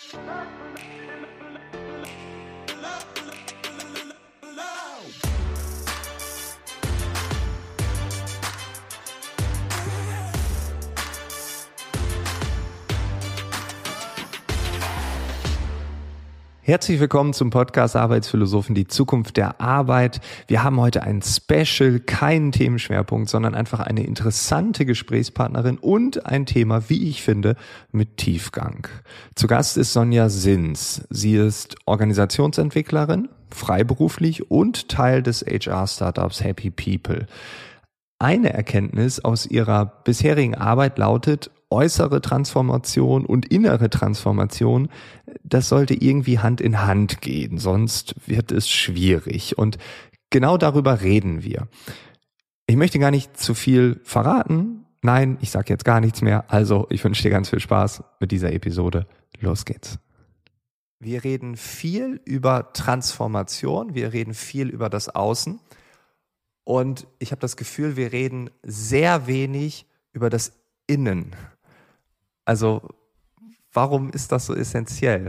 Herzlich willkommen zum Podcast Arbeitsphilosophen, die Zukunft der Arbeit. Wir haben heute ein Special, keinen Themenschwerpunkt, sondern einfach eine interessante Gesprächspartnerin und ein Thema, wie ich finde, mit Tiefgang. Zu Gast ist Sonja Sins. Sie ist Organisationsentwicklerin, freiberuflich und Teil des HR-Startups Happy People. Eine Erkenntnis aus ihrer bisherigen Arbeit lautet: äußere Transformation und innere Transformation, das sollte irgendwie Hand in Hand gehen, sonst wird es schwierig. Und genau darüber reden wir. Ich möchte gar nicht zu viel verraten. Nein, ich sage jetzt gar nichts mehr. Also, ich wünsche dir ganz viel Spaß mit dieser Episode. Los geht's. Wir reden viel über Transformation, wir reden viel über das Außen. Und ich habe das Gefühl, wir reden sehr wenig über das Innen. Also, warum ist das so essentiell?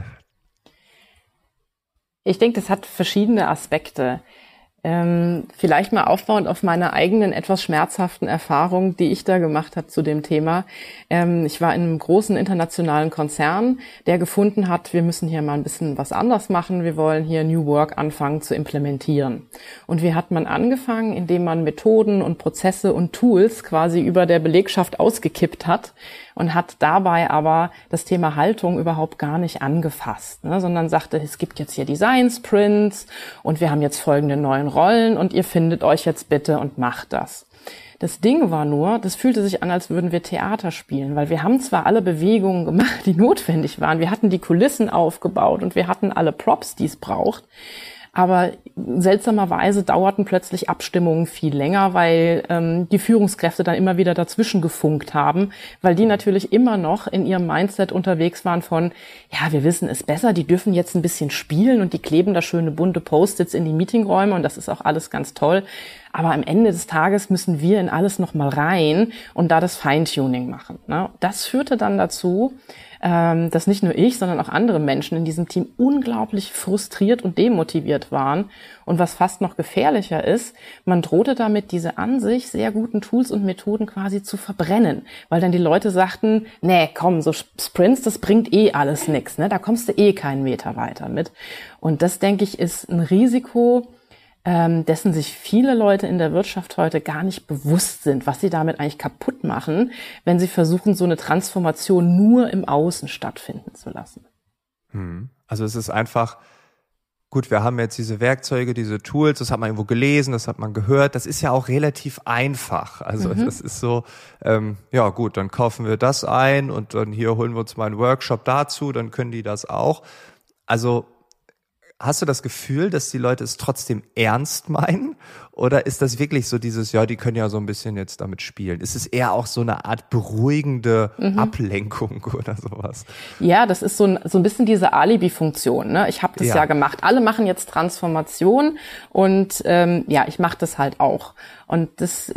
Ich denke, das hat verschiedene Aspekte. Vielleicht mal aufbauend auf meine eigenen etwas schmerzhaften Erfahrungen, die ich da gemacht habe zu dem Thema. Ich war in einem großen internationalen Konzern, der gefunden hat, wir müssen hier mal ein bisschen was anders machen. Wir wollen hier New Work anfangen zu implementieren. Und wie hat man angefangen? Indem man Methoden und Prozesse und Tools quasi über der Belegschaft ausgekippt hat und hat dabei aber das Thema Haltung überhaupt gar nicht angefasst, ne, sondern sagte, es gibt jetzt hier Design Sprints und wir haben jetzt folgende neuen Rollen und ihr findet euch jetzt bitte und macht das. Das Ding war nur, das fühlte sich an, als würden wir Theater spielen, weil wir haben zwar alle Bewegungen gemacht, die notwendig waren, wir hatten die Kulissen aufgebaut und wir hatten alle Props, die es braucht, aber seltsamerweise dauerten plötzlich Abstimmungen viel länger, weil die Führungskräfte dann immer wieder dazwischen gefunkt haben, weil die natürlich immer noch in ihrem Mindset unterwegs waren von, ja, wir wissen es besser, die dürfen jetzt ein bisschen spielen und die kleben da schöne bunte Post-its in die Meetingräume und das ist auch alles ganz toll. Aber am Ende des Tages müssen wir in alles nochmal rein und da das Feintuning machen, ne? Das führte dann dazu, dass nicht nur ich, sondern auch andere Menschen in diesem Team unglaublich frustriert und demotiviert waren. Und was fast noch gefährlicher ist, man drohte damit, diese an sich sehr guten Tools und Methoden quasi zu verbrennen. Weil dann die Leute sagten, nee, komm, so Sprints, das bringt eh alles nix, ne? Da kommst du eh keinen Meter weiter mit. Und das, denke ich, ist ein Risiko, dessen sich viele Leute in der Wirtschaft heute gar nicht bewusst sind, was sie damit eigentlich kaputt machen, wenn sie versuchen, so eine Transformation nur im Außen stattfinden zu lassen. Also es ist einfach, gut, wir haben jetzt diese Werkzeuge, diese Tools, das hat man irgendwo gelesen, das hat man gehört, das ist ja auch relativ einfach. Also das ist so, ja gut, dann kaufen wir das ein und dann hier holen wir uns mal einen Workshop dazu, dann können die das auch. Also hast du das Gefühl, dass die Leute es trotzdem ernst meinen? Oder ist das wirklich so dieses, ja, die können ja so ein bisschen jetzt damit spielen? Ist es eher auch so eine Art beruhigende Ablenkung oder sowas? Ja, das ist so ein bisschen diese Alibi-Funktion, ne? Ich habe das ja gemacht. Alle machen jetzt Transformation und ja, ich mache das halt auch. Und das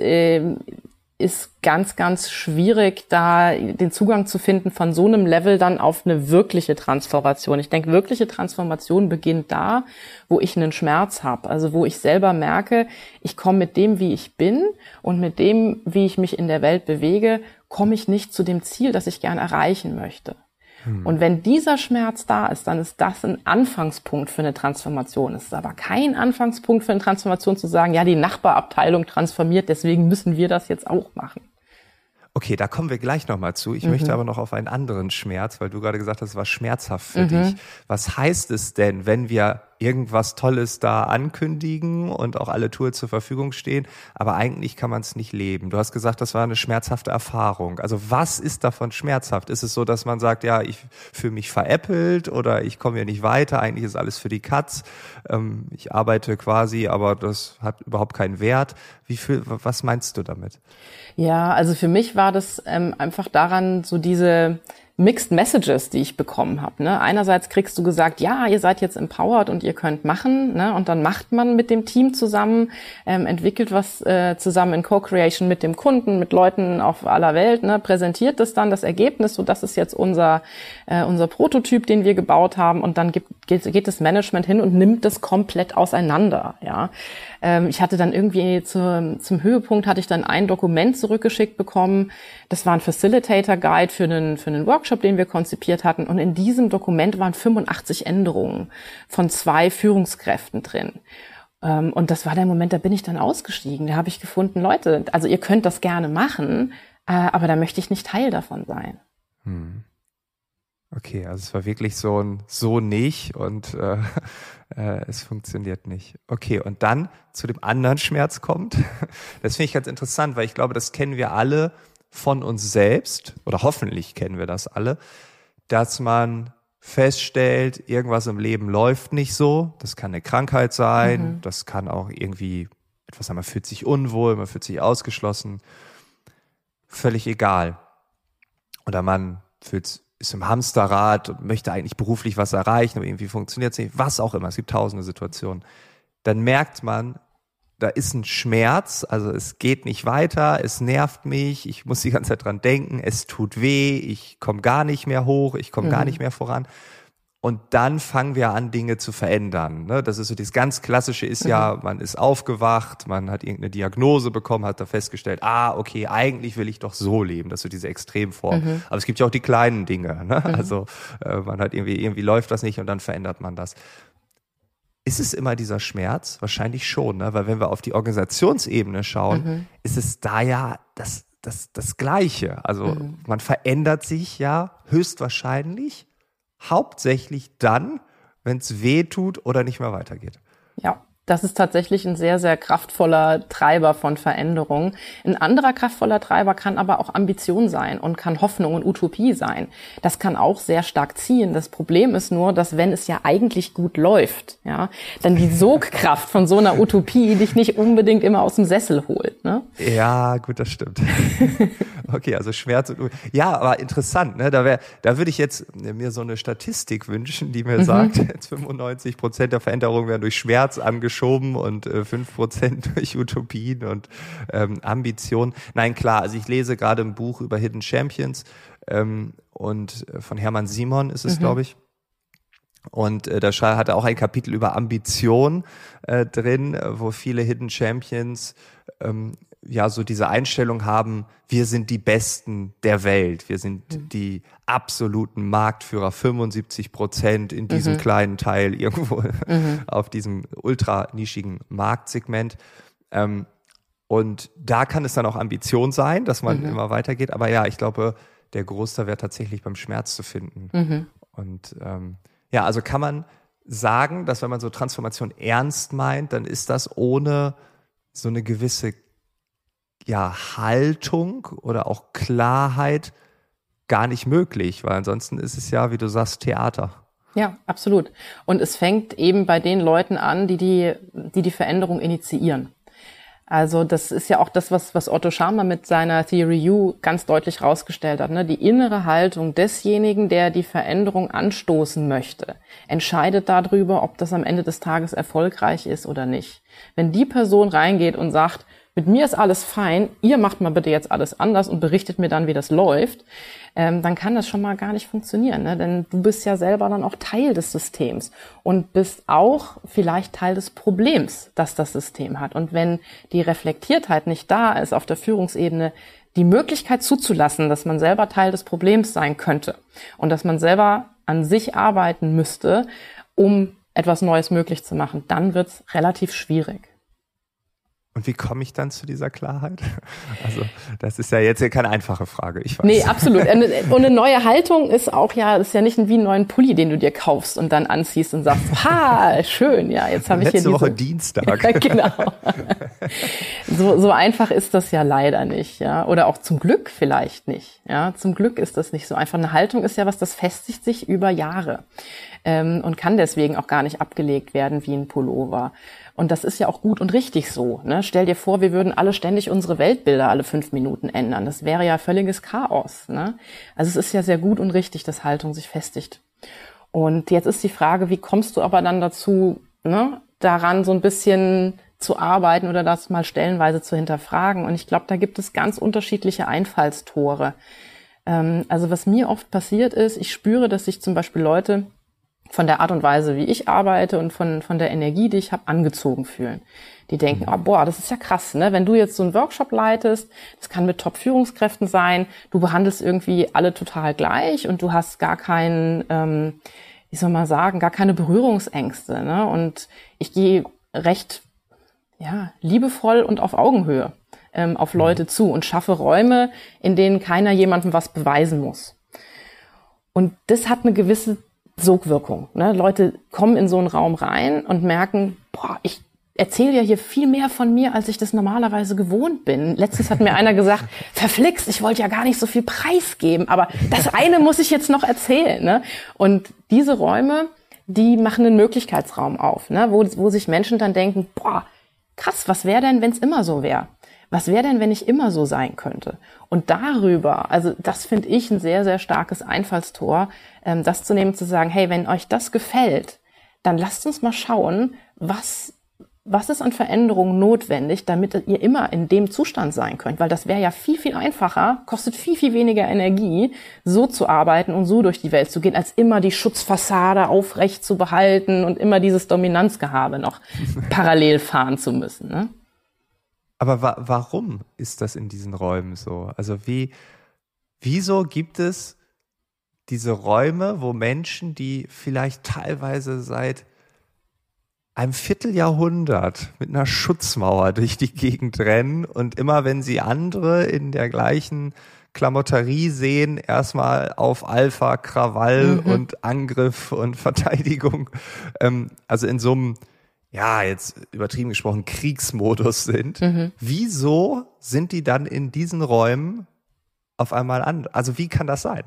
ist ganz, ganz schwierig, da den Zugang zu finden von so einem Level dann auf eine wirkliche Transformation. Ich denke, wirkliche Transformation beginnt da, wo ich einen Schmerz habe. Also wo ich selber merke, ich komme mit dem, wie ich bin und mit dem, wie ich mich in der Welt bewege, komme ich nicht zu dem Ziel, das ich gern erreichen möchte. Und wenn dieser Schmerz da ist, dann ist das ein Anfangspunkt für eine Transformation. Es ist aber kein Anfangspunkt für eine Transformation zu sagen, ja, die Nachbarabteilung transformiert, deswegen müssen wir das jetzt auch machen. Okay, da kommen wir gleich nochmal zu. Ich möchte aber noch auf einen anderen Schmerz, weil du gerade gesagt hast, es war schmerzhaft für dich. Was heißt es denn, wenn wir irgendwas Tolles da ankündigen und auch alle Tools zur Verfügung stehen, aber eigentlich kann man es nicht leben? Du hast gesagt, das war eine schmerzhafte Erfahrung. Also was ist davon schmerzhaft? Ist es so, dass man sagt, ja, ich fühle mich veräppelt oder ich komme hier nicht weiter, eigentlich ist alles für die Katz, ich arbeite quasi, aber das hat überhaupt keinen Wert. Was meinst du damit? Ja, also für mich war das einfach daran, so diese Mixed Messages, die ich bekommen habe. Ne? Einerseits kriegst du gesagt, ja, ihr seid jetzt empowered und ihr könnt machen, ne? Und dann macht man mit dem Team zusammen, entwickelt was zusammen in Co-Creation mit dem Kunden, mit Leuten auf aller Welt, ne? Präsentiert das dann, das Ergebnis, so das ist jetzt unser Prototyp, den wir gebaut haben, und dann geht das Management hin und nimmt das komplett auseinander. Ja, ich hatte dann irgendwie zum Höhepunkt hatte ich dann ein Dokument zurückgeschickt bekommen. Das war ein Facilitator Guide für einen Workshop, den wir konzipiert hatten. Und in diesem Dokument waren 85 Änderungen von 2 Führungskräften drin. Und das war der Moment, da bin ich dann ausgestiegen. Da habe ich gefunden, Leute, also ihr könnt das gerne machen, aber da möchte ich nicht Teil davon sein. Okay, also es war wirklich so nicht und es funktioniert nicht. Okay, und dann zu dem anderen Schmerz kommt. Das finde ich ganz interessant, weil ich glaube, das kennen wir alle von uns selbst, oder hoffentlich kennen wir das alle, dass man feststellt, irgendwas im Leben läuft nicht so. Das kann eine Krankheit sein, das kann auch irgendwie etwas sein, man fühlt sich unwohl, man fühlt sich ausgeschlossen. Völlig egal. Oder man ist im Hamsterrad und möchte eigentlich beruflich was erreichen, aber irgendwie funktioniert es nicht, was auch immer, es gibt tausende Situationen. Dann merkt man, da ist ein Schmerz, also es geht nicht weiter, es nervt mich, ich muss die ganze Zeit dran denken, es tut weh, ich komme gar nicht mehr hoch, ich komme gar nicht mehr voran. Und dann fangen wir an, Dinge zu verändern. Ne? Das ist so, das ganz Klassische ist ja, man ist aufgewacht, man hat irgendeine Diagnose bekommen, hat da festgestellt, okay, eigentlich will ich doch so leben. Das ist so diese Extremform. Aber es gibt ja auch die kleinen Dinge. Ne? Also man hat irgendwie läuft das nicht und dann verändert man das. Ist es immer dieser Schmerz? Wahrscheinlich schon, ne? Weil wenn wir auf die Organisationsebene schauen, ist es da ja das Gleiche. Also man verändert sich ja höchstwahrscheinlich hauptsächlich dann, wenn es weh tut oder nicht mehr weitergeht. Ja, das ist tatsächlich ein sehr, sehr kraftvoller Treiber von Veränderung. Ein anderer kraftvoller Treiber kann aber auch Ambition sein und kann Hoffnung und Utopie sein. Das kann auch sehr stark ziehen. Das Problem ist nur, dass wenn es ja eigentlich gut läuft, ja, dann die Sogkraft von so einer Utopie dich nicht unbedingt immer aus dem Sessel holt. Ne? Ja, gut, das stimmt. Okay, also Schmerz und ja, aber interessant, ne? Da würde ich jetzt mir so eine Statistik wünschen, die mir sagt, jetzt 95% der Veränderungen werden durch Schmerz angeschoben und 5% durch Utopien und Ambitionen. Nein, klar, also ich lese gerade ein Buch über Hidden Champions und von Hermann Simon ist es, glaube ich. Und da hat er auch ein Kapitel über Ambition drin, wo viele Hidden Champions ja so diese Einstellung haben, wir sind die Besten der Welt, wir sind die absoluten Marktführer, 75% in diesem kleinen Teil irgendwo auf diesem ultra nischigen Marktsegment. Und da kann es dann auch Ambition sein, dass man immer weitergeht. Aber ja, ich glaube, der Großteil wäre tatsächlich beim Schmerz zu finden. Und ja, also kann man sagen, dass wenn man so Transformation ernst meint, dann ist das ohne so eine gewisse Haltung oder auch Klarheit gar nicht möglich, weil ansonsten ist es ja, wie du sagst, Theater. Ja, absolut. Und es fängt eben bei den Leuten an, die Veränderung initiieren. Also das ist ja auch das, was Otto Scharmer mit seiner Theory U ganz deutlich rausgestellt hat. Ne? Die innere Haltung desjenigen, der die Veränderung anstoßen möchte, entscheidet darüber, ob das am Ende des Tages erfolgreich ist oder nicht. Wenn die Person reingeht und sagt, mit mir ist alles fein, ihr macht mal bitte jetzt alles anders und berichtet mir dann, wie das läuft, dann kann das schon mal gar nicht funktionieren. Ne? Denn du bist ja selber dann auch Teil des Systems und bist auch vielleicht Teil des Problems, das das System hat. Und wenn die Reflektiertheit nicht da ist auf der Führungsebene, die Möglichkeit zuzulassen, dass man selber Teil des Problems sein könnte und dass man selber an sich arbeiten müsste, um etwas Neues möglich zu machen, dann wird's relativ schwierig. Und wie komme ich dann zu dieser Klarheit? Also das ist ja jetzt keine einfache Frage, ich weiß. Nee, absolut. Und eine neue Haltung ist auch ist ja nicht wie einen neuen Pulli, den du dir kaufst und dann anziehst und sagst, ha, schön, ja, jetzt habe ich hier letzte Woche Dienstag. Ja, genau. So einfach ist das ja leider nicht, ja. Oder auch zum Glück vielleicht nicht, ja. Zum Glück ist das nicht so einfach. Eine Haltung ist ja was, das festigt sich über Jahre und kann deswegen auch gar nicht abgelegt werden wie ein Pullover. Und das ist ja auch gut und richtig so. Ne? Stell dir vor, wir würden alle ständig unsere Weltbilder alle 5 Minuten ändern. Das wäre ja völliges Chaos. Ne? Also es ist ja sehr gut und richtig, dass Haltung sich festigt. Und jetzt ist die Frage, wie kommst du aber dann dazu, ne, daran so ein bisschen zu arbeiten oder das mal stellenweise zu hinterfragen. Und ich glaube, da gibt es ganz unterschiedliche Einfallstore. Also was mir oft passiert ist, ich spüre, dass sich zum Beispiel Leute von der Art und Weise, wie ich arbeite und von der Energie, die ich habe, angezogen fühlen. Die denken, oh, boah, das ist ja krass, ne? Wenn du jetzt so einen Workshop leitest, das kann mit Top-Führungskräften sein, du behandelst irgendwie alle total gleich und du hast gar keinen, wie soll man sagen, gar keine Berührungsängste, ne? Und ich gehe recht, ja, liebevoll und auf Augenhöhe auf Leute zu und schaffe Räume, in denen keiner jemandem was beweisen muss. Und das hat eine gewisse Sogwirkung. Ne? Leute kommen in so einen Raum rein und merken, boah, ich erzähle ja hier viel mehr von mir, als ich das normalerweise gewohnt bin. Letztens hat mir einer gesagt, verflixt, ich wollte ja gar nicht so viel preisgeben, aber das eine muss ich jetzt noch erzählen. Ne? Und diese Räume, die machen einen Möglichkeitsraum auf, ne? Wo sich Menschen dann denken, boah, krass, was wäre denn, wenn es immer so wäre? Was wäre denn, wenn ich immer so sein könnte? Und darüber, also das finde ich ein sehr, sehr starkes Einfallstor, das zu nehmen, zu sagen, hey, wenn euch das gefällt, dann lasst uns mal schauen, was ist an Veränderungen notwendig, damit ihr immer in dem Zustand sein könnt. Weil das wäre ja viel, viel einfacher, kostet viel, viel weniger Energie, so zu arbeiten und so durch die Welt zu gehen, als immer die Schutzfassade aufrecht zu behalten und immer dieses Dominanzgehabe noch parallel fahren zu müssen, ne? Aber warum ist das in diesen Räumen so? Also wieso gibt es diese Räume, wo Menschen, die vielleicht teilweise seit einem Vierteljahrhundert mit einer Schutzmauer durch die Gegend rennen und immer, wenn sie andere in der gleichen Klamotterie sehen, erstmal auf Alpha, Krawall und Angriff und Verteidigung, also in so einem, ja, jetzt übertrieben gesprochen, Kriegsmodus sind. Wieso sind die dann in diesen Räumen auf einmal an? Also wie kann das sein?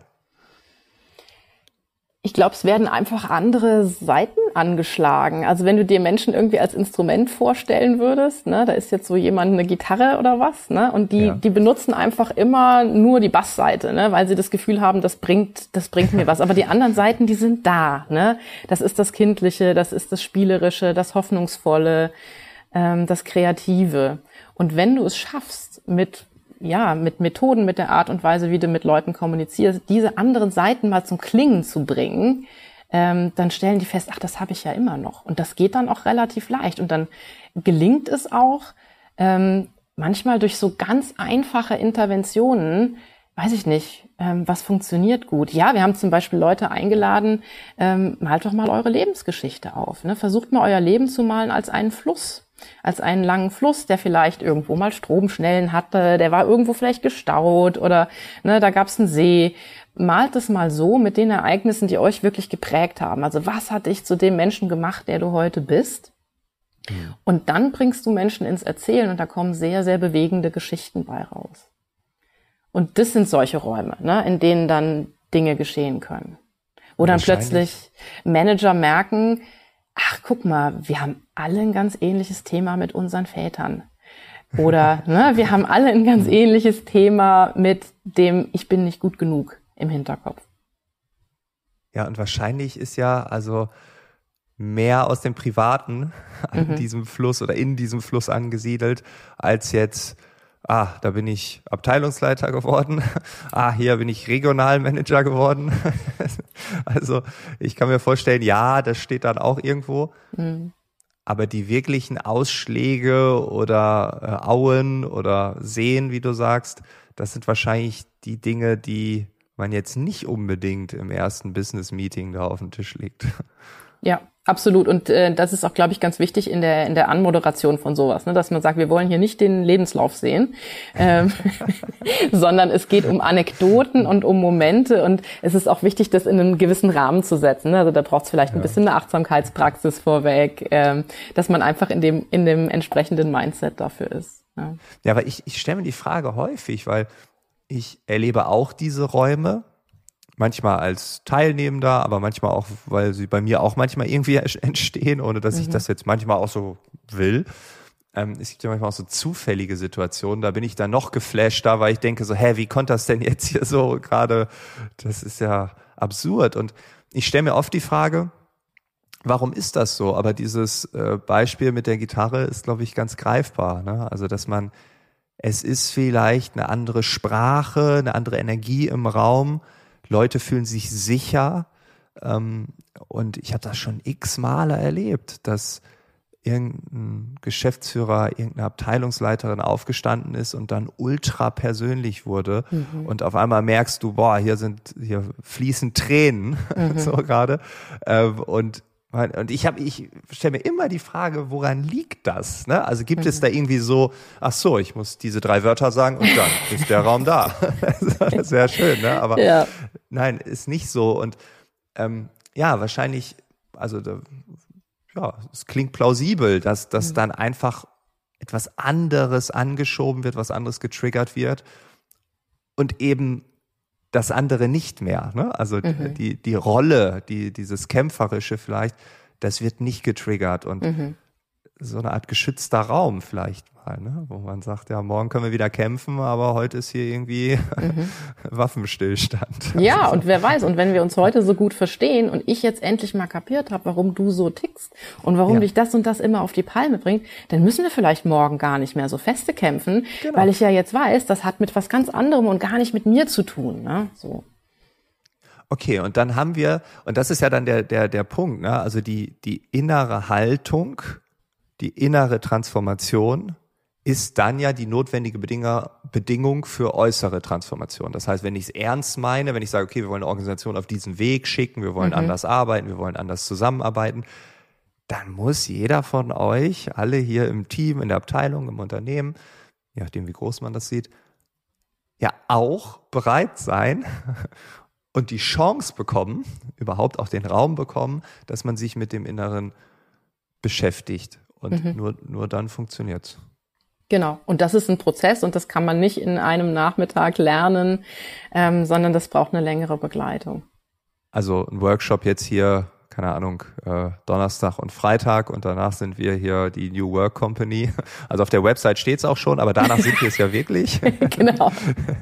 Ich glaube, es werden einfach andere Seiten angeschlagen. Also wenn du dir Menschen irgendwie als Instrument vorstellen würdest, ne, da ist jetzt so jemand eine Gitarre oder was, ne, und die benutzen einfach immer nur die Bassseite, ne, weil sie das Gefühl haben, das bringt mir was. Aber die anderen Seiten, die sind da, ne. Das ist das Kindliche, das ist das Spielerische, das Hoffnungsvolle, das Kreative. Und wenn du es schaffst, mit Methoden, mit der Art und Weise, wie du mit Leuten kommunizierst, diese anderen Seiten mal zum Klingen zu bringen, dann stellen die fest, ach, das habe ich ja immer noch. Und das geht dann auch relativ leicht. Und dann gelingt es auch, manchmal durch so ganz einfache Interventionen, weiß ich nicht, was funktioniert gut. Ja, wir haben zum Beispiel Leute eingeladen, malt doch mal eure Lebensgeschichte auf. Ne? Versucht mal euer Leben zu malen als einen Fluss. Als einen langen Fluss, der vielleicht irgendwo mal Stromschnellen hatte, der war irgendwo vielleicht gestaut oder ne, da gab es einen See. Malt es mal so mit den Ereignissen, die euch wirklich geprägt haben. Also was hat dich zu dem Menschen gemacht, der du heute bist? Und dann bringst du Menschen ins Erzählen und da kommen sehr, sehr bewegende Geschichten bei raus. Und das sind solche Räume, ne, in denen dann Dinge geschehen können. Wo dann plötzlich Manager merken, ach, guck mal, wir haben alle ein ganz ähnliches Thema mit unseren Vätern. Oder ne, wir haben alle ein ganz ähnliches Thema mit dem Ich bin nicht gut genug im Hinterkopf. Ja, und wahrscheinlich ist ja also mehr aus dem Privaten an diesem Fluss oder in diesem Fluss angesiedelt, als jetzt, da bin ich Abteilungsleiter geworden, hier bin ich Regionalmanager geworden. Also ich kann mir vorstellen, ja, das steht dann auch irgendwo, aber die wirklichen Ausschläge oder Auen oder Seen, wie du sagst, das sind wahrscheinlich die Dinge, die man jetzt nicht unbedingt im ersten Business-Meeting da auf den Tisch legt. Ja, absolut. Und das ist auch, glaube ich, ganz wichtig in der Anmoderation von sowas, ne? Dass man sagt, wir wollen hier nicht den Lebenslauf sehen, sondern es geht um Anekdoten und um Momente. Und es ist auch wichtig, das in einen gewissen Rahmen zu setzen, ne? Also da braucht es vielleicht ein bisschen eine Achtsamkeitspraxis vorweg, dass man einfach in dem entsprechenden Mindset dafür ist. Ja, aber ich stelle mir die Frage häufig, weil ich erlebe auch diese Räume, manchmal als Teilnehmender, aber manchmal auch, weil sie bei mir auch manchmal irgendwie entstehen, ohne dass ich das jetzt manchmal auch so will. Es gibt ja manchmal auch so zufällige Situationen, da bin ich dann noch geflashter, weil ich denke so, wie konnte das denn jetzt hier so gerade, das ist ja absurd. Und ich stelle mir oft die Frage, warum ist das so? Aber dieses Beispiel mit der Gitarre ist, glaube ich, ganz greifbar, ne? Also, es ist vielleicht eine andere Sprache, eine andere Energie im Raum, Leute fühlen sich sicher, und ich habe das schon x Male erlebt, dass irgendein Geschäftsführer, irgendeine Abteilungsleiterin aufgestanden ist und dann ultra persönlich wurde und auf einmal merkst du, hier fließen Tränen, so gerade, und ich stelle mir immer die Frage, woran liegt das? Ne? Also gibt es da irgendwie so, ich muss diese 3 Wörter sagen und dann ist der Raum da. Das wäre schön, ne? Aber nein, ist nicht so. Und wahrscheinlich, es klingt plausibel, dass dann einfach etwas anderes angeschoben wird, was anderes getriggert wird und eben das andere nicht mehr, ne? Also die Rolle, dieses Kämpferische vielleicht, das wird nicht getriggert und so eine Art geschützter Raum vielleicht mal, ne? Wo man sagt, ja, morgen können wir wieder kämpfen, aber heute ist hier irgendwie Waffenstillstand. Ja, und wer weiß, und wenn wir uns heute so gut verstehen und ich jetzt endlich mal kapiert habe, warum du so tickst und warum dich das und das immer auf die Palme bringt, dann müssen wir vielleicht morgen gar nicht mehr so feste kämpfen, weil ich ja jetzt weiß, das hat mit was ganz anderem und gar nicht mit mir zu tun, ne? So. Okay, und dann haben wir, und das ist ja dann der Punkt, ne? Also die innere Haltung, die innere Transformation ist dann ja die notwendige Bedingung für äußere Transformation. Das heißt, wenn ich es ernst meine, wenn ich sage, okay, wir wollen eine Organisation auf diesen Weg schicken, wir wollen anders arbeiten, wir wollen anders zusammenarbeiten, dann muss jeder von euch, alle hier im Team, in der Abteilung, im Unternehmen, je nachdem wie groß man das sieht, ja auch bereit sein und die Chance bekommen, überhaupt auch den Raum bekommen, dass man sich mit dem Inneren beschäftigt. Und nur dann funktioniert's. Genau. Und das ist ein Prozess und das kann man nicht in einem Nachmittag lernen, sondern das braucht eine längere Begleitung. Also ein Workshop jetzt hier, keine Ahnung, Donnerstag und Freitag und danach sind wir hier die New Work Company. Also auf der Website steht's auch schon, aber danach sind wir es ja wirklich. Genau.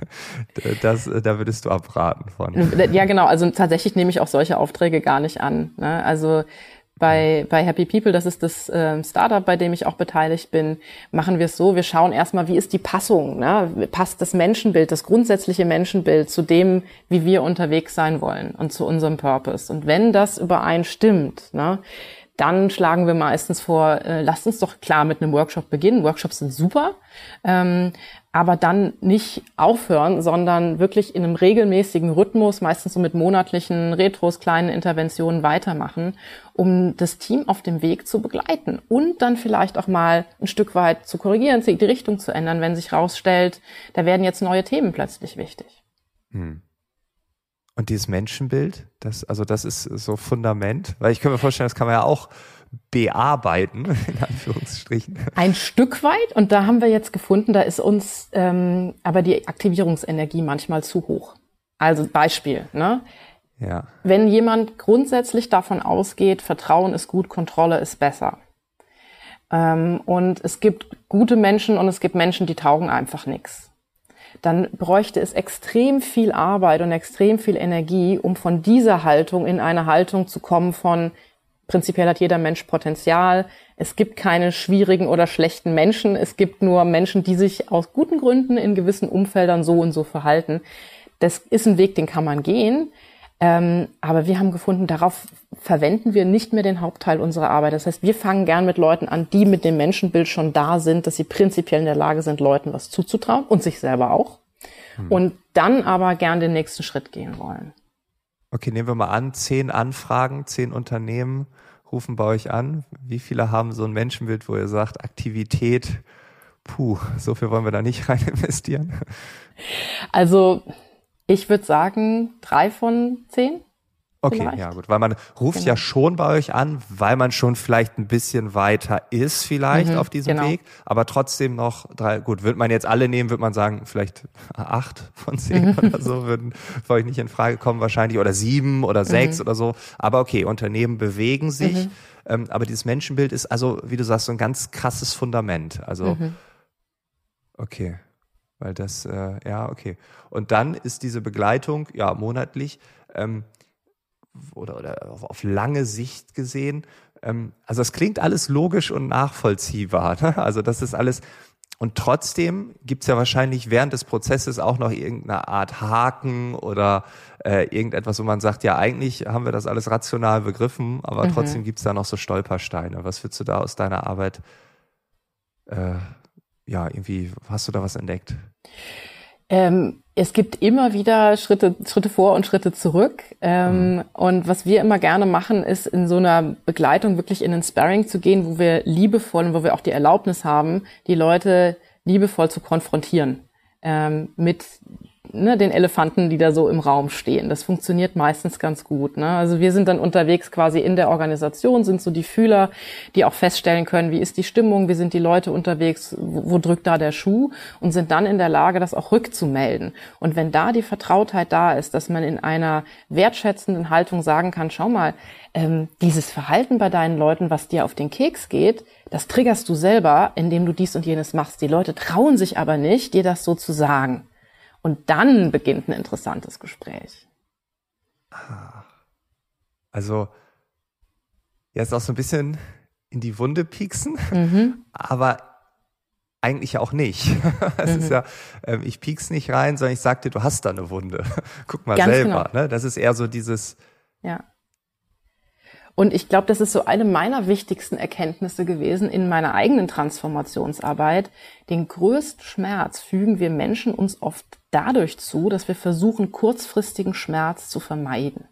Da würdest du abraten von. Ja, genau. Also tatsächlich nehme ich auch solche Aufträge gar nicht an, ne? Also bei Happy People, das ist das Startup, bei dem ich auch beteiligt bin, machen wir es so, wir schauen erstmal, wie ist die Passung, ne? Passt das Menschenbild, das grundsätzliche Menschenbild zu dem, wie wir unterwegs sein wollen und zu unserem Purpose. Und wenn das übereinstimmt, ne, dann schlagen wir meistens vor, lasst uns doch klar mit einem Workshop beginnen. Workshops sind super, aber dann nicht aufhören, sondern wirklich in einem regelmäßigen Rhythmus, meistens so mit monatlichen Retros, kleinen Interventionen weitermachen, um das Team auf dem Weg zu begleiten und dann vielleicht auch mal ein Stück weit zu korrigieren, die Richtung zu ändern, wenn sich rausstellt, da werden jetzt neue Themen plötzlich wichtig. Und dieses Menschenbild, das ist so Fundament, weil ich kann mir vorstellen, das kann man ja auch bearbeiten, in Anführungsstrichen. Ein Stück weit, und da haben wir jetzt gefunden, da ist uns aber die Aktivierungsenergie manchmal zu hoch. Also Beispiel, ne? Ja. Wenn jemand grundsätzlich davon ausgeht, Vertrauen ist gut, Kontrolle ist besser. Und es gibt gute Menschen und es gibt Menschen, die taugen einfach nichts. Dann bräuchte es extrem viel Arbeit und extrem viel Energie, um von dieser Haltung in eine Haltung zu kommen von prinzipiell hat jeder Mensch Potenzial. Es gibt keine schwierigen oder schlechten Menschen. Es gibt nur Menschen, die sich aus guten Gründen in gewissen Umfeldern so und so verhalten. Das ist ein Weg, den kann man gehen. Aber wir haben gefunden, darauf verwenden wir nicht mehr den Hauptteil unserer Arbeit. Das heißt, wir fangen gern mit Leuten an, die mit dem Menschenbild schon da sind, dass sie prinzipiell in der Lage sind, Leuten was zuzutrauen und sich selber auch. Und dann aber gern den nächsten Schritt gehen wollen. Okay, nehmen wir mal an, 10 Anfragen, 10 Unternehmen rufen bei euch an. Wie viele haben so ein Menschenbild, wo ihr sagt, Aktivität, so viel wollen wir da nicht rein investieren? Also ich würde sagen 3 von 10. Okay, vielleicht. Ja gut, weil man ruft ja schon bei euch an, weil man schon vielleicht ein bisschen weiter ist vielleicht auf diesem Weg, aber trotzdem noch 3, gut, würde man jetzt alle nehmen, würde man sagen, vielleicht 8 von 10 oder so würden für euch nicht in Frage kommen wahrscheinlich oder 7 oder 6 oder so, aber okay, Unternehmen bewegen sich, Aber dieses Menschenbild ist also, wie du sagst, so ein ganz krasses Fundament. Also, okay. Weil das, okay. Und dann ist diese Begleitung, monatlich, oder auf lange Sicht gesehen, also das klingt alles logisch und nachvollziehbar, ne? Also das ist alles, und trotzdem gibt's ja wahrscheinlich während des Prozesses auch noch irgendeine Art Haken oder irgendetwas, wo man sagt, ja, eigentlich haben wir das alles rational begriffen, aber trotzdem gibt's da noch so Stolpersteine. Was würdest du da aus deiner Arbeit, irgendwie, hast du da was entdeckt? Es gibt immer wieder Schritte vor und Schritte zurück. Und was wir immer gerne machen, ist in so einer Begleitung wirklich in ein Sparring zu gehen, wo wir liebevoll und wo wir auch die Erlaubnis haben, die Leute liebevoll zu konfrontieren mit den Elefanten, die da so im Raum stehen. Das funktioniert meistens ganz gut. Ne? Also wir sind dann unterwegs quasi in der Organisation, sind so die Fühler, die auch feststellen können, wie ist die Stimmung, wie sind die Leute unterwegs, wo drückt da der Schuh, und sind dann in der Lage, das auch rückzumelden. Und wenn da die Vertrautheit da ist, dass man in einer wertschätzenden Haltung sagen kann, schau mal, dieses Verhalten bei deinen Leuten, was dir auf den Keks geht, das triggerst du selber, indem du dies und jenes machst. Die Leute trauen sich aber nicht, dir das so zu sagen. Und dann beginnt ein interessantes Gespräch. Also, jetzt auch so ein bisschen in die Wunde pieksen, aber eigentlich auch nicht. Es ist ja, ich piek's nicht rein, sondern ich sag dir, du hast da eine Wunde. Guck mal Ganz selber. genau. Ne? Das ist eher so dieses... Ja. Und ich glaube, das ist so eine meiner wichtigsten Erkenntnisse gewesen in meiner eigenen Transformationsarbeit. Den größten Schmerz fügen wir Menschen uns oft dadurch zu, dass wir versuchen, kurzfristigen Schmerz zu vermeiden.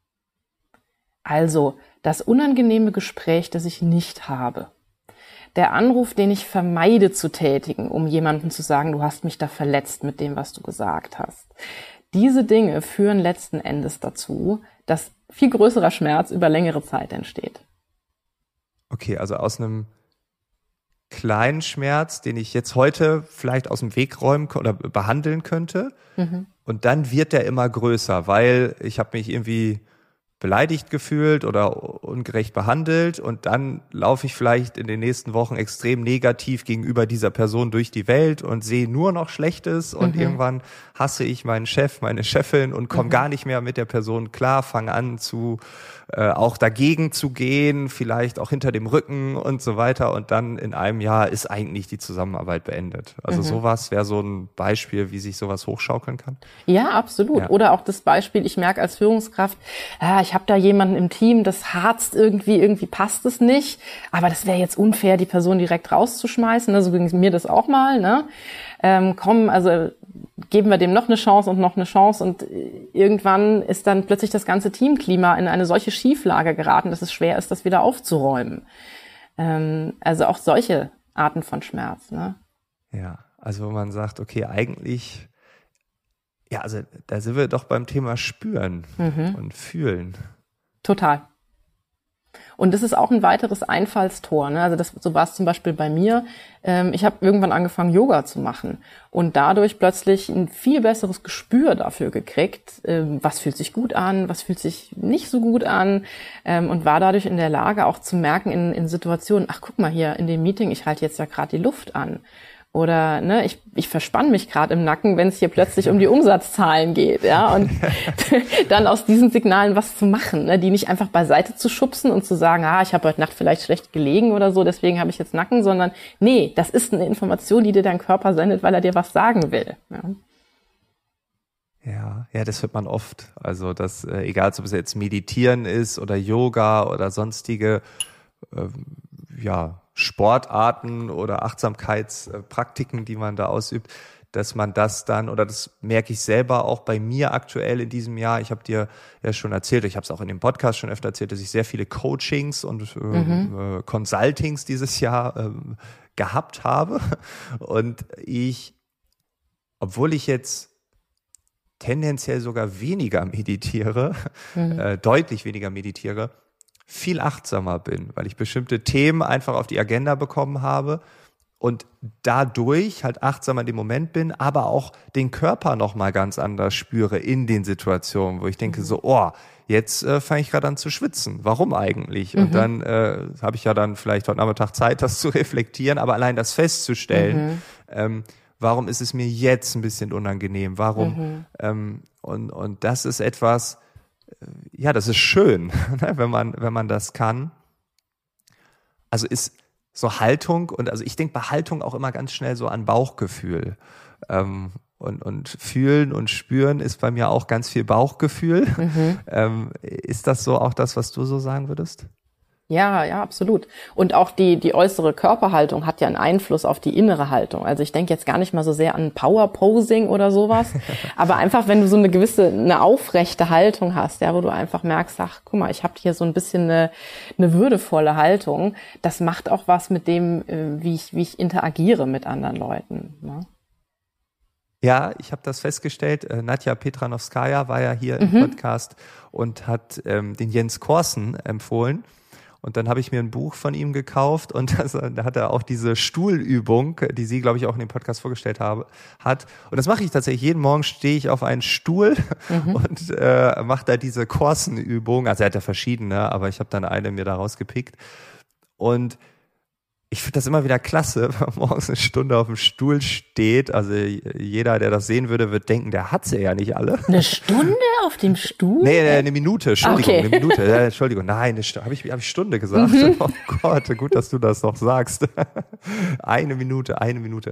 Also das unangenehme Gespräch, das ich nicht habe. Der Anruf, den ich vermeide zu tätigen, um jemandem zu sagen, du hast mich da verletzt mit dem, was du gesagt hast. Diese Dinge führen letzten Endes dazu, dass viel größerer Schmerz über längere Zeit entsteht. Okay, also aus einem kleinen Schmerz, den ich jetzt heute vielleicht aus dem Weg räumen oder behandeln könnte, und dann wird der immer größer, weil ich habe mich irgendwie beleidigt gefühlt oder ungerecht behandelt, und dann laufe ich vielleicht in den nächsten Wochen extrem negativ gegenüber dieser Person durch die Welt und sehe nur noch Schlechtes, und irgendwann hasse ich meinen Chef, meine Chefin und komme gar nicht mehr mit der Person klar, fange an zu auch dagegen zu gehen, vielleicht auch hinter dem Rücken und so weiter, und dann in einem Jahr ist eigentlich die Zusammenarbeit beendet. Also sowas wäre so ein Beispiel, wie sich sowas hochschaukeln kann. Ja, absolut. Ja. Oder auch das Beispiel, ich merke als Führungskraft, ich habe da jemanden im Team, das harzt irgendwie passt es nicht, aber das wäre jetzt unfair, die Person direkt rauszuschmeißen. So ging es mir das auch mal. Ne? Geben wir dem noch eine Chance und irgendwann ist dann plötzlich das ganze Teamklima in eine solche Schieflage geraten, dass es schwer ist, das wieder aufzuräumen. Also auch solche Arten von Schmerz. Ne? Ja, also wo man sagt, okay, eigentlich, ja, also da sind wir doch beim Thema Spüren und Fühlen. Total. Und das ist auch ein weiteres Einfallstor. Ne? Also so war es zum Beispiel bei mir. Ich habe irgendwann angefangen, Yoga zu machen und dadurch plötzlich ein viel besseres Gespür dafür gekriegt, was fühlt sich gut an, was fühlt sich nicht so gut an, und war dadurch in der Lage auch zu merken in Situationen, ach guck mal hier in dem Meeting, ich halte jetzt ja gerade die Luft an. Oder ich verspanne mich gerade im Nacken, wenn es hier plötzlich um die Umsatzzahlen geht, ja, und dann aus diesen Signalen was zu machen, ne? Die nicht einfach beiseite zu schubsen und zu sagen, ich habe heute Nacht vielleicht schlecht gelegen oder so, deswegen habe ich jetzt Nacken, sondern nee, das ist eine Information, die dir dein Körper sendet, weil er dir was sagen will. Ja, das hört man oft. Also das, egal ob es jetzt Meditieren ist oder Yoga oder sonstige Sportarten oder Achtsamkeitspraktiken, die man da ausübt, dass man das dann, oder das merke ich selber auch bei mir aktuell in diesem Jahr, ich habe dir ja schon erzählt, ich habe es auch in dem Podcast schon öfter erzählt, dass ich sehr viele Coachings und Consultings dieses Jahr gehabt habe, und obwohl ich jetzt tendenziell sogar weniger meditiere, deutlich weniger meditiere, viel achtsamer bin, weil ich bestimmte Themen einfach auf die Agenda bekommen habe und dadurch halt achtsamer in dem Moment bin, aber auch den Körper nochmal ganz anders spüre in den Situationen, wo ich denke jetzt fange ich gerade an zu schwitzen. Warum eigentlich? Und dann habe ich ja dann vielleicht heute Nachmittag Zeit, das zu reflektieren, aber allein das festzustellen, warum ist es mir jetzt ein bisschen unangenehm? Warum? Und das ist etwas, ja, das ist schön, wenn man das kann. Also ist so Haltung, und also ich denke bei Haltung auch immer ganz schnell so an Bauchgefühl. Und fühlen und spüren ist bei mir auch ganz viel Bauchgefühl. Ist das so auch das, was du so sagen würdest? Ja, absolut. Und auch die äußere Körperhaltung hat ja einen Einfluss auf die innere Haltung. Also ich denke jetzt gar nicht mal so sehr an Power-Posing oder sowas, aber einfach, wenn du so eine aufrechte Haltung hast, ja, wo du einfach merkst, ach, guck mal, ich habe hier so ein bisschen eine würdevolle Haltung, das macht auch was mit dem, wie ich interagiere mit anderen Leuten, ne? Ja, ich habe das festgestellt. Nadja Petranowskaja war ja hier im Podcast und hat den Jens Korsen empfohlen. Und dann habe ich mir ein Buch von ihm gekauft und da hat er auch diese Stuhlübung, die sie, glaube ich, auch in dem Podcast vorgestellt hat. Und das mache ich tatsächlich. Jeden Morgen stehe ich auf einen Stuhl und mache da diese Korsen-Übung. Also er hat ja verschiedene, aber ich habe dann eine mir da rausgepickt. Und ich finde das immer wieder klasse, wenn man morgens eine Stunde auf dem Stuhl steht. Also jeder, der das sehen würde, wird denken, der hat sie ja nicht alle. Eine Stunde auf dem Stuhl? Nee, eine Minute, Entschuldigung, okay. Eine Minute. Entschuldigung, nein, habe ich Stunde gesagt? Oh Gott, gut, dass du das noch sagst. Eine Minute. Eine Minute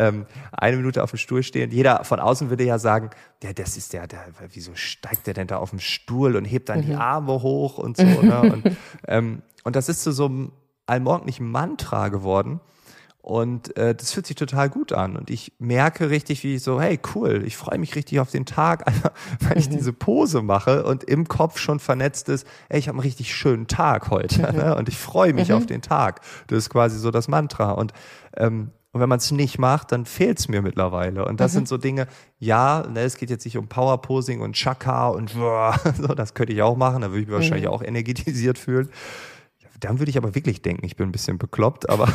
auf dem Stuhl stehen. Jeder von außen würde ja sagen, das ist der, wieso steigt der denn da auf dem Stuhl und hebt dann die Arme hoch und so. Ne? Und das ist zu so einem allmorgendlichen Mantra geworden und das fühlt sich total gut an und ich merke richtig, wie ich so, hey, cool, ich freue mich richtig auf den Tag, weil ich diese Pose mache und im Kopf schon vernetzt ist, ey, ich habe einen richtig schönen Tag heute ne? Und ich freue mich auf den Tag. Das ist quasi so das Mantra und wenn man es nicht macht, dann fehlt es mir mittlerweile. Und das sind so Dinge, ja, ne, es geht jetzt nicht um Powerposing und Chaka und so, das könnte ich auch machen, da würde ich mich wahrscheinlich auch energetisiert fühlen. Dann würde ich aber wirklich denken, ich bin ein bisschen bekloppt, aber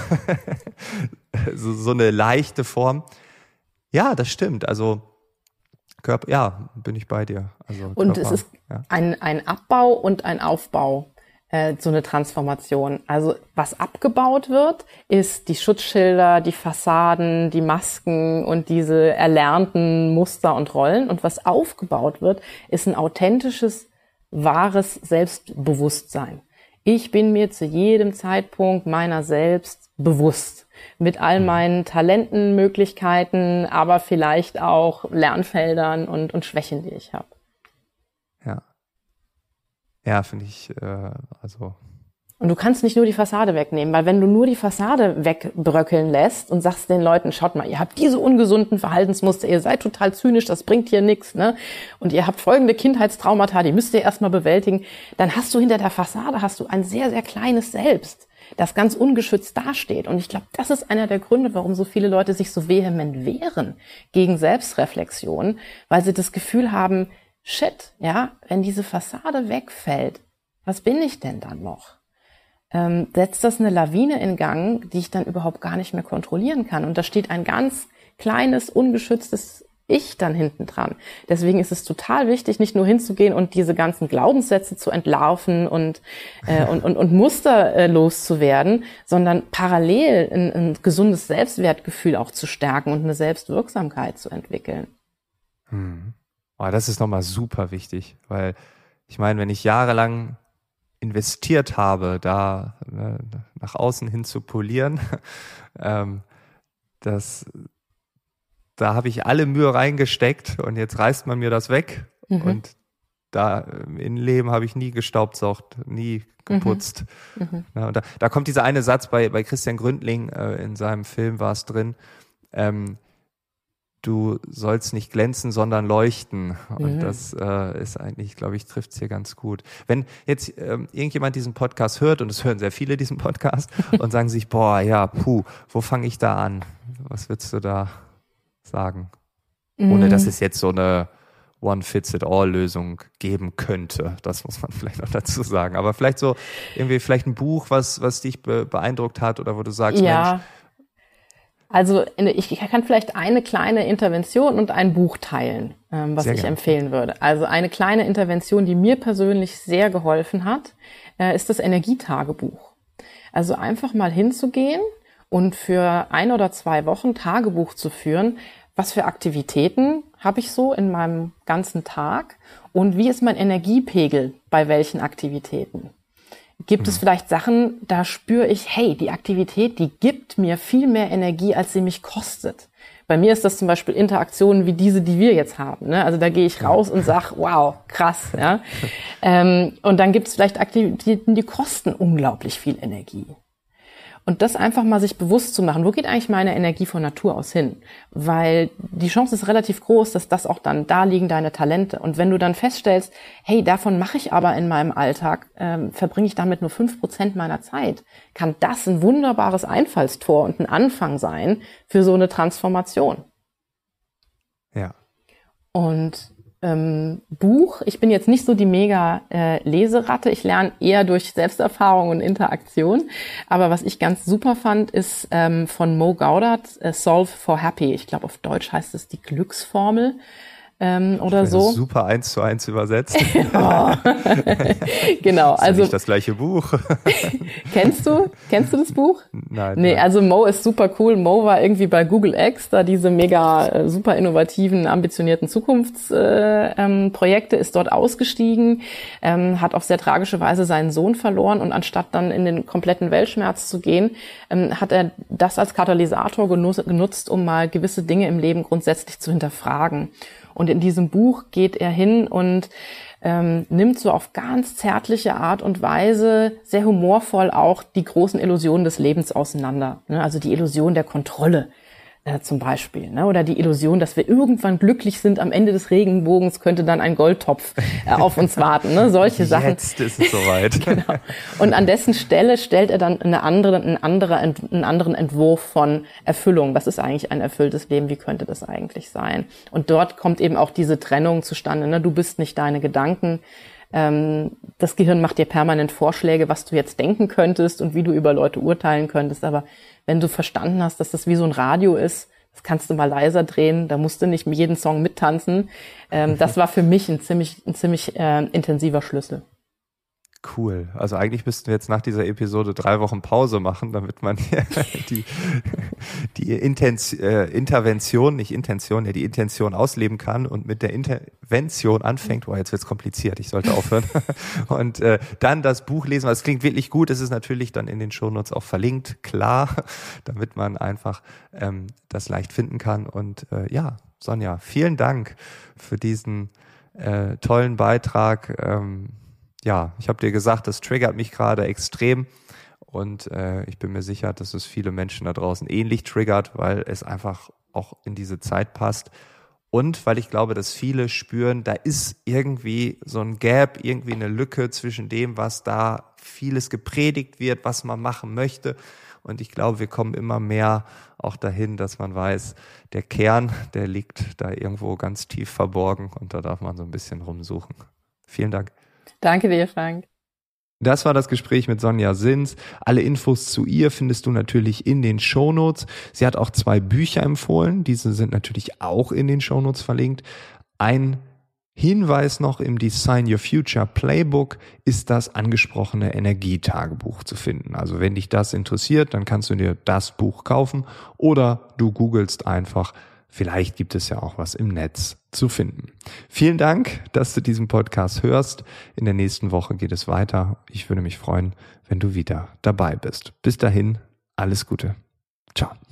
so eine leichte Form. Ja, das stimmt. Also Körper, ja, bin ich bei dir. Also und Körper, es ist ein Abbau und ein Aufbau, so eine Transformation. Also was abgebaut wird, ist die Schutzschilder, die Fassaden, die Masken und diese erlernten Muster und Rollen. Und was aufgebaut wird, ist ein authentisches, wahres Selbstbewusstsein. Ich bin mir zu jedem Zeitpunkt meiner selbst bewusst. Mit all meinen Talenten, Möglichkeiten, aber vielleicht auch Lernfeldern und Schwächen, die ich habe. Ja, finde ich, also. Und du kannst nicht nur die Fassade wegnehmen, weil wenn du nur die Fassade wegbröckeln lässt und sagst den Leuten, schaut mal, ihr habt diese ungesunden Verhaltensmuster, ihr seid total zynisch, das bringt hier nichts, ne? Und ihr habt folgende Kindheitstraumata, die müsst ihr erstmal bewältigen, dann hast du hinter der Fassade ein sehr, sehr kleines Selbst, das ganz ungeschützt dasteht. Und ich glaube, das ist einer der Gründe, warum so viele Leute sich so vehement wehren gegen Selbstreflexion, weil sie das Gefühl haben, shit, ja, wenn diese Fassade wegfällt, was bin ich denn dann noch? Setzt das eine Lawine in Gang, die ich dann überhaupt gar nicht mehr kontrollieren kann. Und da steht ein ganz kleines, ungeschütztes Ich dann hinten dran. Deswegen ist es total wichtig, nicht nur hinzugehen und diese ganzen Glaubenssätze zu entlarven und Muster loszuwerden, sondern parallel ein gesundes Selbstwertgefühl auch zu stärken und eine Selbstwirksamkeit zu entwickeln. Oh, das ist nochmal super wichtig, weil ich meine, wenn ich jahrelang investiert habe, da nach außen hin zu polieren, da habe ich alle Mühe reingesteckt und jetzt reißt man mir das weg und da im Innenleben habe ich nie gestaubsaugt, nie geputzt. Ja, und da kommt dieser eine Satz bei Christian Gründling, in seinem Film war es drin, du sollst nicht glänzen, sondern leuchten. Und das ist eigentlich, glaube ich, trifft es hier ganz gut. Wenn jetzt irgendjemand diesen Podcast hört, und es hören sehr viele diesen Podcast, und sagen sich, boah, ja, wo fange ich da an? Was würdest du da sagen? Ohne dass es jetzt so eine One-Fits-it-all-Lösung geben könnte. Das muss man vielleicht noch dazu sagen. Aber vielleicht so, irgendwie vielleicht ein Buch, was dich beeindruckt hat oder wo du sagst, ja. Mensch, Also ich kann vielleicht eine kleine Intervention und ein Buch teilen, was ich empfehlen würde. Also eine kleine Intervention, die mir persönlich sehr geholfen hat, ist das Energietagebuch. Also einfach mal hinzugehen und für 1 oder 2 Wochen Tagebuch zu führen, was für Aktivitäten habe ich so in meinem ganzen Tag und wie ist mein Energiepegel bei welchen Aktivitäten? Gibt es vielleicht Sachen, da spüre ich, hey, die Aktivität, die gibt mir viel mehr Energie, als sie mich kostet. Bei mir ist das zum Beispiel Interaktionen wie diese, die wir jetzt haben. Ne? Also da gehe ich raus und sage, wow, krass. Ja? Und dann gibt es vielleicht Aktivitäten, die kosten unglaublich viel Energie. Und das einfach mal sich bewusst zu machen, wo geht eigentlich meine Energie von Natur aus hin? Weil die Chance ist relativ groß, dass das auch dann, da liegen deine Talente. Und wenn du dann feststellst, hey, davon mache ich aber in meinem Alltag, verbringe ich damit nur 5% meiner Zeit, kann das ein wunderbares Einfallstor und ein Anfang sein für so eine Transformation. Ja. Und Buch, ich bin jetzt nicht so die mega Leseratte, ich lerne eher durch Selbsterfahrung und Interaktion, aber was ich ganz super fand, ist von Mo Gaudat, Solve for Happy. Ich glaube auf Deutsch heißt es die Glücksformel oder so. Super 1:1 übersetzt. Oh. Genau. Ist ja also nicht das gleiche Buch. Kennst du das Buch? Nein. Nee, also Mo ist super cool. Mo war irgendwie bei Google X, da diese mega super innovativen, ambitionierten Zukunftsprojekte, ist dort ausgestiegen, hat auf sehr tragische Weise seinen Sohn verloren und anstatt dann in den kompletten Weltschmerz zu gehen, hat er das als Katalysator genutzt, um mal gewisse Dinge im Leben grundsätzlich zu hinterfragen. Und in diesem Buch geht er hin und nimmt so auf ganz zärtliche Art und Weise, sehr humorvoll auch die großen Illusionen des Lebens auseinander. Ne? Also die Illusion der Kontrolle zum Beispiel. Ne? Oder die Illusion, dass wir irgendwann glücklich sind, am Ende des Regenbogens könnte dann ein Goldtopf auf uns warten. Ne? Solche Sachen. Jetzt ist es soweit. Genau. Und an dessen Stelle stellt er dann einen anderen Entwurf von Erfüllung. Was ist eigentlich ein erfülltes Leben? Wie könnte das eigentlich sein? Und dort kommt eben auch diese Trennung zustande. Ne? Du bist nicht deine Gedanken. Das Gehirn macht dir permanent Vorschläge, was du jetzt denken könntest und wie du über Leute urteilen könntest. Aber wenn du verstanden hast, dass das wie so ein Radio ist, das kannst du mal leiser drehen, da musst du nicht mit jedem Song mittanzen. Das war für mich ein ziemlich intensiver Schlüssel. Cool. Also eigentlich müssten wir jetzt nach dieser Episode 3 Wochen Pause machen, damit man die Intention ausleben kann und mit der Intervention anfängt. Oh, jetzt wird's kompliziert. Ich sollte aufhören. Und dann das Buch lesen. Es klingt wirklich gut. Es ist natürlich dann in den Shownotes auch verlinkt, klar, damit man einfach das leicht finden kann. Und ja, Sonja, vielen Dank für diesen tollen Beitrag. Ja, ich habe dir gesagt, das triggert mich gerade extrem und ich bin mir sicher, dass es viele Menschen da draußen ähnlich triggert, weil es einfach auch in diese Zeit passt und weil ich glaube, dass viele spüren, da ist irgendwie so ein Gap, irgendwie eine Lücke zwischen dem, was da vieles gepredigt wird, was man machen möchte und ich glaube, wir kommen immer mehr auch dahin, dass man weiß, der Kern, der liegt da irgendwo ganz tief verborgen und da darf man so ein bisschen rumsuchen. Vielen Dank. Danke dir, Frank. Das war das Gespräch mit Sonja Sins. Alle Infos zu ihr findest du natürlich in den Shownotes. Sie hat auch 2 Bücher empfohlen. Diese sind natürlich auch in den Shownotes verlinkt. Ein Hinweis noch: im Design Your Future Playbook ist das angesprochene Energietagebuch zu finden. Also wenn dich das interessiert, dann kannst du dir das Buch kaufen oder du googelst einfach. Vielleicht gibt es ja auch was im Netz zu finden. Vielen Dank, dass du diesen Podcast hörst. In der nächsten Woche geht es weiter. Ich würde mich freuen, wenn du wieder dabei bist. Bis dahin, alles Gute. Ciao.